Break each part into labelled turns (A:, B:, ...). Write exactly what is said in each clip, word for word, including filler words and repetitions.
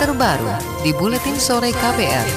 A: terbaru di Buletin Sore K B R.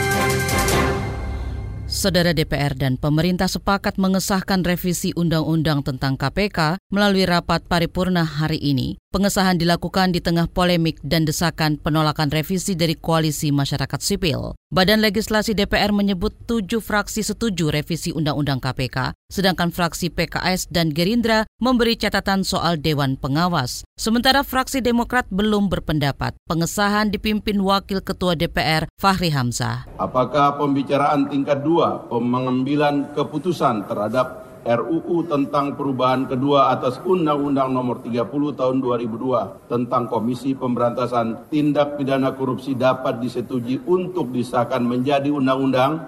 B: Saudara D P R dan pemerintah sepakat mengesahkan revisi Undang-Undang tentang K P K melalui rapat paripurna hari ini. Pengesahan dilakukan di tengah polemik dan desakan penolakan revisi dari Koalisi Masyarakat Sipil. Badan Legislasi D P R menyebut tujuh fraksi setuju revisi Undang-Undang K P K, sedangkan fraksi P K S dan Gerindra memberi catatan soal Dewan Pengawas. Sementara fraksi Demokrat belum berpendapat. Pengesahan dipimpin Wakil Ketua D P R Fachri Hamzah.
C: Apakah pembicaraan tingkat dua pengambilan keputusan terhadap R U U tentang perubahan kedua atas Undang-Undang Nomor tiga puluh Tahun dua ribu dua tentang Komisi Pemberantasan Tindak Pidana Korupsi dapat disetujui untuk disahkan menjadi undang-undang?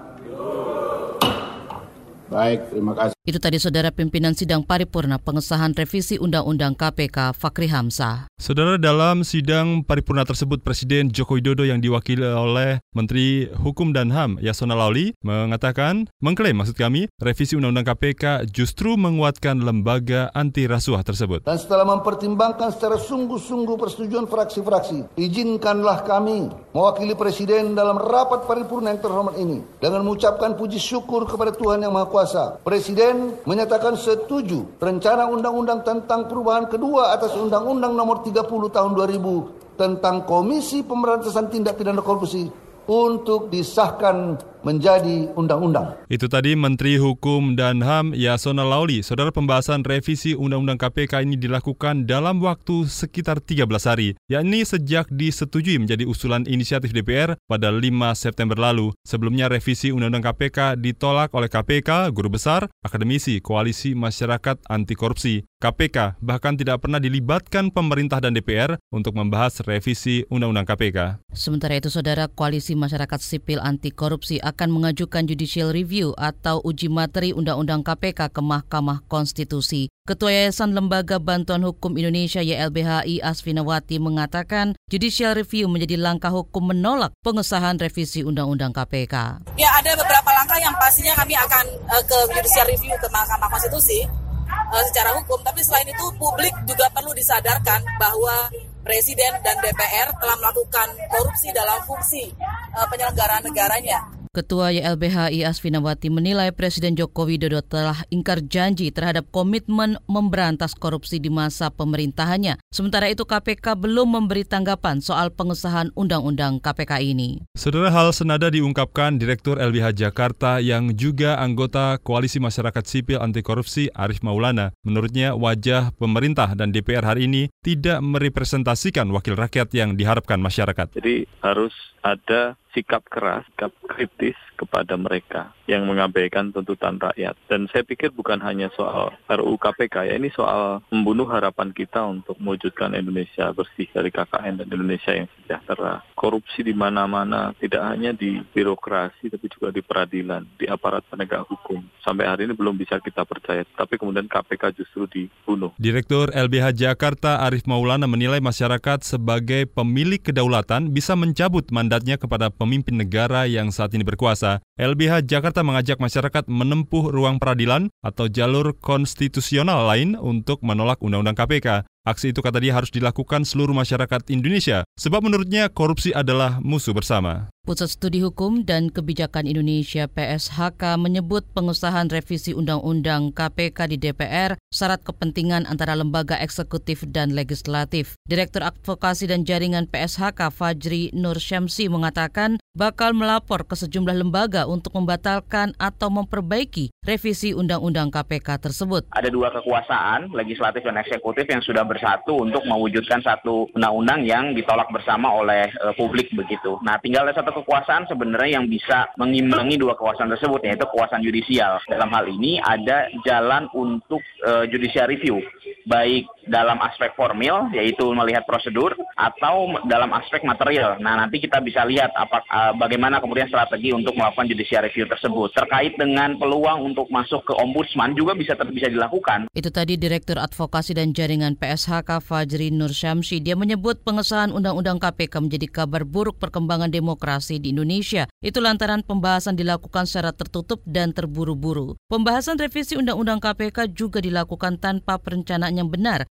C: Baik, terima kasih.
B: Itu tadi saudara pimpinan sidang paripurna pengesahan revisi Undang-Undang K P K Fachri Hamzah.
D: Saudara, dalam sidang paripurna tersebut Presiden Joko Widodo yang diwakili oleh Menteri Hukum dan H A M Yasona Laoly mengatakan, mengklaim maksud kami, revisi Undang-Undang K P K justru menguatkan lembaga anti rasuah tersebut.
E: Dan setelah mempertimbangkan secara sungguh-sungguh persetujuan fraksi-fraksi, izinkanlah kami mewakili Presiden dalam rapat paripurna yang terhormat ini dengan mengucapkan puji syukur kepada Tuhan Yang Maha Kuasa. Presiden menyatakan setuju rencana undang-undang tentang perubahan kedua atas Undang-Undang Nomor tiga puluh Tahun dua ribu tentang Komisi Pemberantasan Tindak Pidana Korupsi untuk disahkan menjadi undang-undang.
D: Itu tadi Menteri Hukum dan H A M Yasona Laoly. Saudara, pembahasan revisi Undang-Undang K P K ini dilakukan dalam waktu sekitar tiga belas hari, yakni sejak disetujui menjadi usulan inisiatif D P R pada lima September lalu. Sebelumnya revisi Undang-Undang K P K ditolak oleh K P K, Guru Besar, Akademisi, Koalisi Masyarakat Anti Korupsi. K P K bahkan tidak pernah dilibatkan pemerintah dan D P R untuk membahas revisi Undang-Undang K P K.
B: Sementara itu, saudara, Koalisi Masyarakat Sipil Anti Korupsi akan mengajukan judicial review atau uji materi Undang-Undang K P K ke Mahkamah Konstitusi. Ketua Yayasan Lembaga Bantuan Hukum Indonesia Y L B H I Asfinawati mengatakan judicial review menjadi langkah hukum menolak pengesahan revisi Undang-Undang K P K.
F: Ya, ada beberapa langkah yang pastinya kami akan uh, ke judicial review ke Mahkamah Konstitusi uh, secara hukum, tapi selain itu publik juga perlu disadarkan bahwa Presiden dan D P R telah melakukan korupsi dalam fungsi uh, penyelenggaraan negaranya.
B: Ketua Y L B H I Asfinawati menilai Presiden Joko Widodo telah ingkar janji terhadap komitmen memberantas korupsi di masa pemerintahannya. Sementara itu K P K belum memberi tanggapan soal pengesahan Undang-Undang K P K ini.
D: Saudara, hal senada diungkapkan Direktur L B H Jakarta yang juga anggota Koalisi Masyarakat Sipil Anti Korupsi Arif Maulana. Menurutnya wajah pemerintah dan D P R hari ini tidak merepresentasikan wakil rakyat yang diharapkan masyarakat.
G: Jadi harus ada sikap keras, sikap kritis kepada mereka yang mengabaikan tuntutan rakyat. Dan saya pikir bukan hanya soal R U U K P K, ya ini soal membunuh harapan kita untuk mewujudkan Indonesia bersih dari K K N dan Indonesia yang sejahtera. Korupsi di mana-mana, tidak hanya di birokrasi tapi juga di peradilan, di aparat penegak hukum. Sampai hari ini belum bisa kita percaya, tapi kemudian K P K justru dibunuh.
D: Direktur L B H Jakarta Arif Maulana menilai masyarakat sebagai pemilik kedaulatan bisa mencabut mandatnya kepada pemimpin negara yang saat ini berkuasa. L B H Jakarta mengajak masyarakat menempuh ruang peradilan atau jalur konstitusional lain untuk menolak Undang-Undang K P K. Aksi itu, kata dia, harus dilakukan seluruh masyarakat Indonesia, sebab menurutnya korupsi adalah musuh bersama.
B: Pusat Studi Hukum dan Kebijakan Indonesia P S H K menyebut pengesahan revisi Undang-Undang K P K di D P R syarat kepentingan antara lembaga eksekutif dan legislatif. Direktur Advokasi dan Jaringan P S H K Fajri Nur Syamsi mengatakan bakal melapor ke sejumlah lembaga untuk membatalkan atau memperbaiki revisi Undang-Undang K P K tersebut.
H: Ada dua kekuasaan, legislatif dan eksekutif, yang sudah bersatu untuk mewujudkan satu undang-undang yang ditolak bersama oleh uh, publik begitu. Nah, tinggal ada satu kekuasaan sebenarnya yang bisa mengimbangi dua kekuasaan tersebut, yaitu kekuasaan yudisial. Dalam hal ini ada jalan untuk uh, judicial review, baik dalam aspek formil, yaitu melihat prosedur, atau dalam aspek material. Nah, nanti kita bisa lihat apa, uh, bagaimana kemudian strategi untuk melakukan judicial review tersebut. Terkait dengan peluang untuk masuk ke ombudsman juga bisa bisa dilakukan.
B: Itu tadi Direktur Advokasi dan Jaringan P S H K Fajri Nur Syamsi. Dia menyebut pengesahan Undang-Undang K P K menjadi kabar buruk perkembangan demokrasi di Indonesia. Itu lantaran pembahasan dilakukan secara tertutup dan terburu-buru. Pembahasan revisi Undang-Undang K P K juga dilakukan tanpa perencanaan yang benar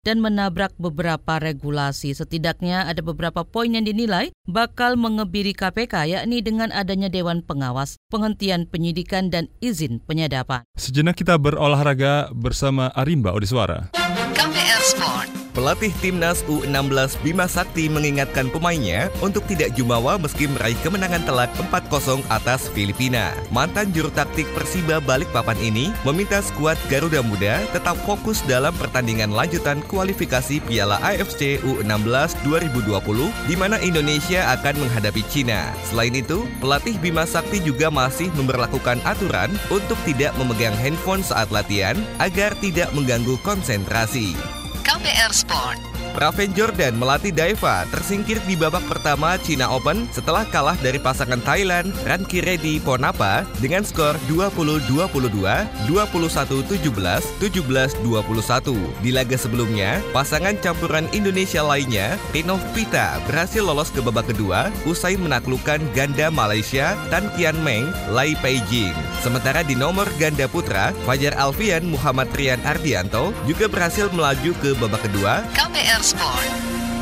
B: dan menabrak beberapa regulasi. Setidaknya ada beberapa poin yang dinilai bakal mengebiri K P K, yakni dengan adanya Dewan Pengawas, penghentian penyidikan, dan izin penyadapan.
D: Sejenak kita berolahraga bersama Arimba Odiswara.
A: K P R Sport.
I: Pelatih Timnas U enam belas Bima Sakti mengingatkan pemainnya untuk tidak jumawa meski meraih kemenangan telak empat kosong atas Filipina. Mantan juru taktik Persiba Balikpapan ini meminta skuad Garuda Muda tetap fokus dalam pertandingan lanjutan kualifikasi Piala A F C U enam belas dua ribu dua puluh di mana Indonesia akan menghadapi Cina. Selain itu, pelatih Bima Sakti juga masih memberlakukan aturan untuk tidak memegang handphone saat latihan agar tidak mengganggu konsentrasi.
A: K P R Sport.
I: Praven Jordan melatih Daeva tersingkir di babak pertama China Open setelah kalah dari pasangan Thailand Ranki Reddy Ponapa dengan skor dua puluh dua puluh dua, dua puluh satu tujuh belas, tujuh belas dua puluh satu. Di laga sebelumnya, pasangan campuran Indonesia lainnya Rinov Pita berhasil lolos ke babak kedua usai menaklukkan ganda Malaysia Tan Kian Meng Lai Peijing. Sementara di nomor ganda putra, Fajar Alfian Muhammad Rian Ardianto juga berhasil melaju ke babak kedua.
A: K P R Sport.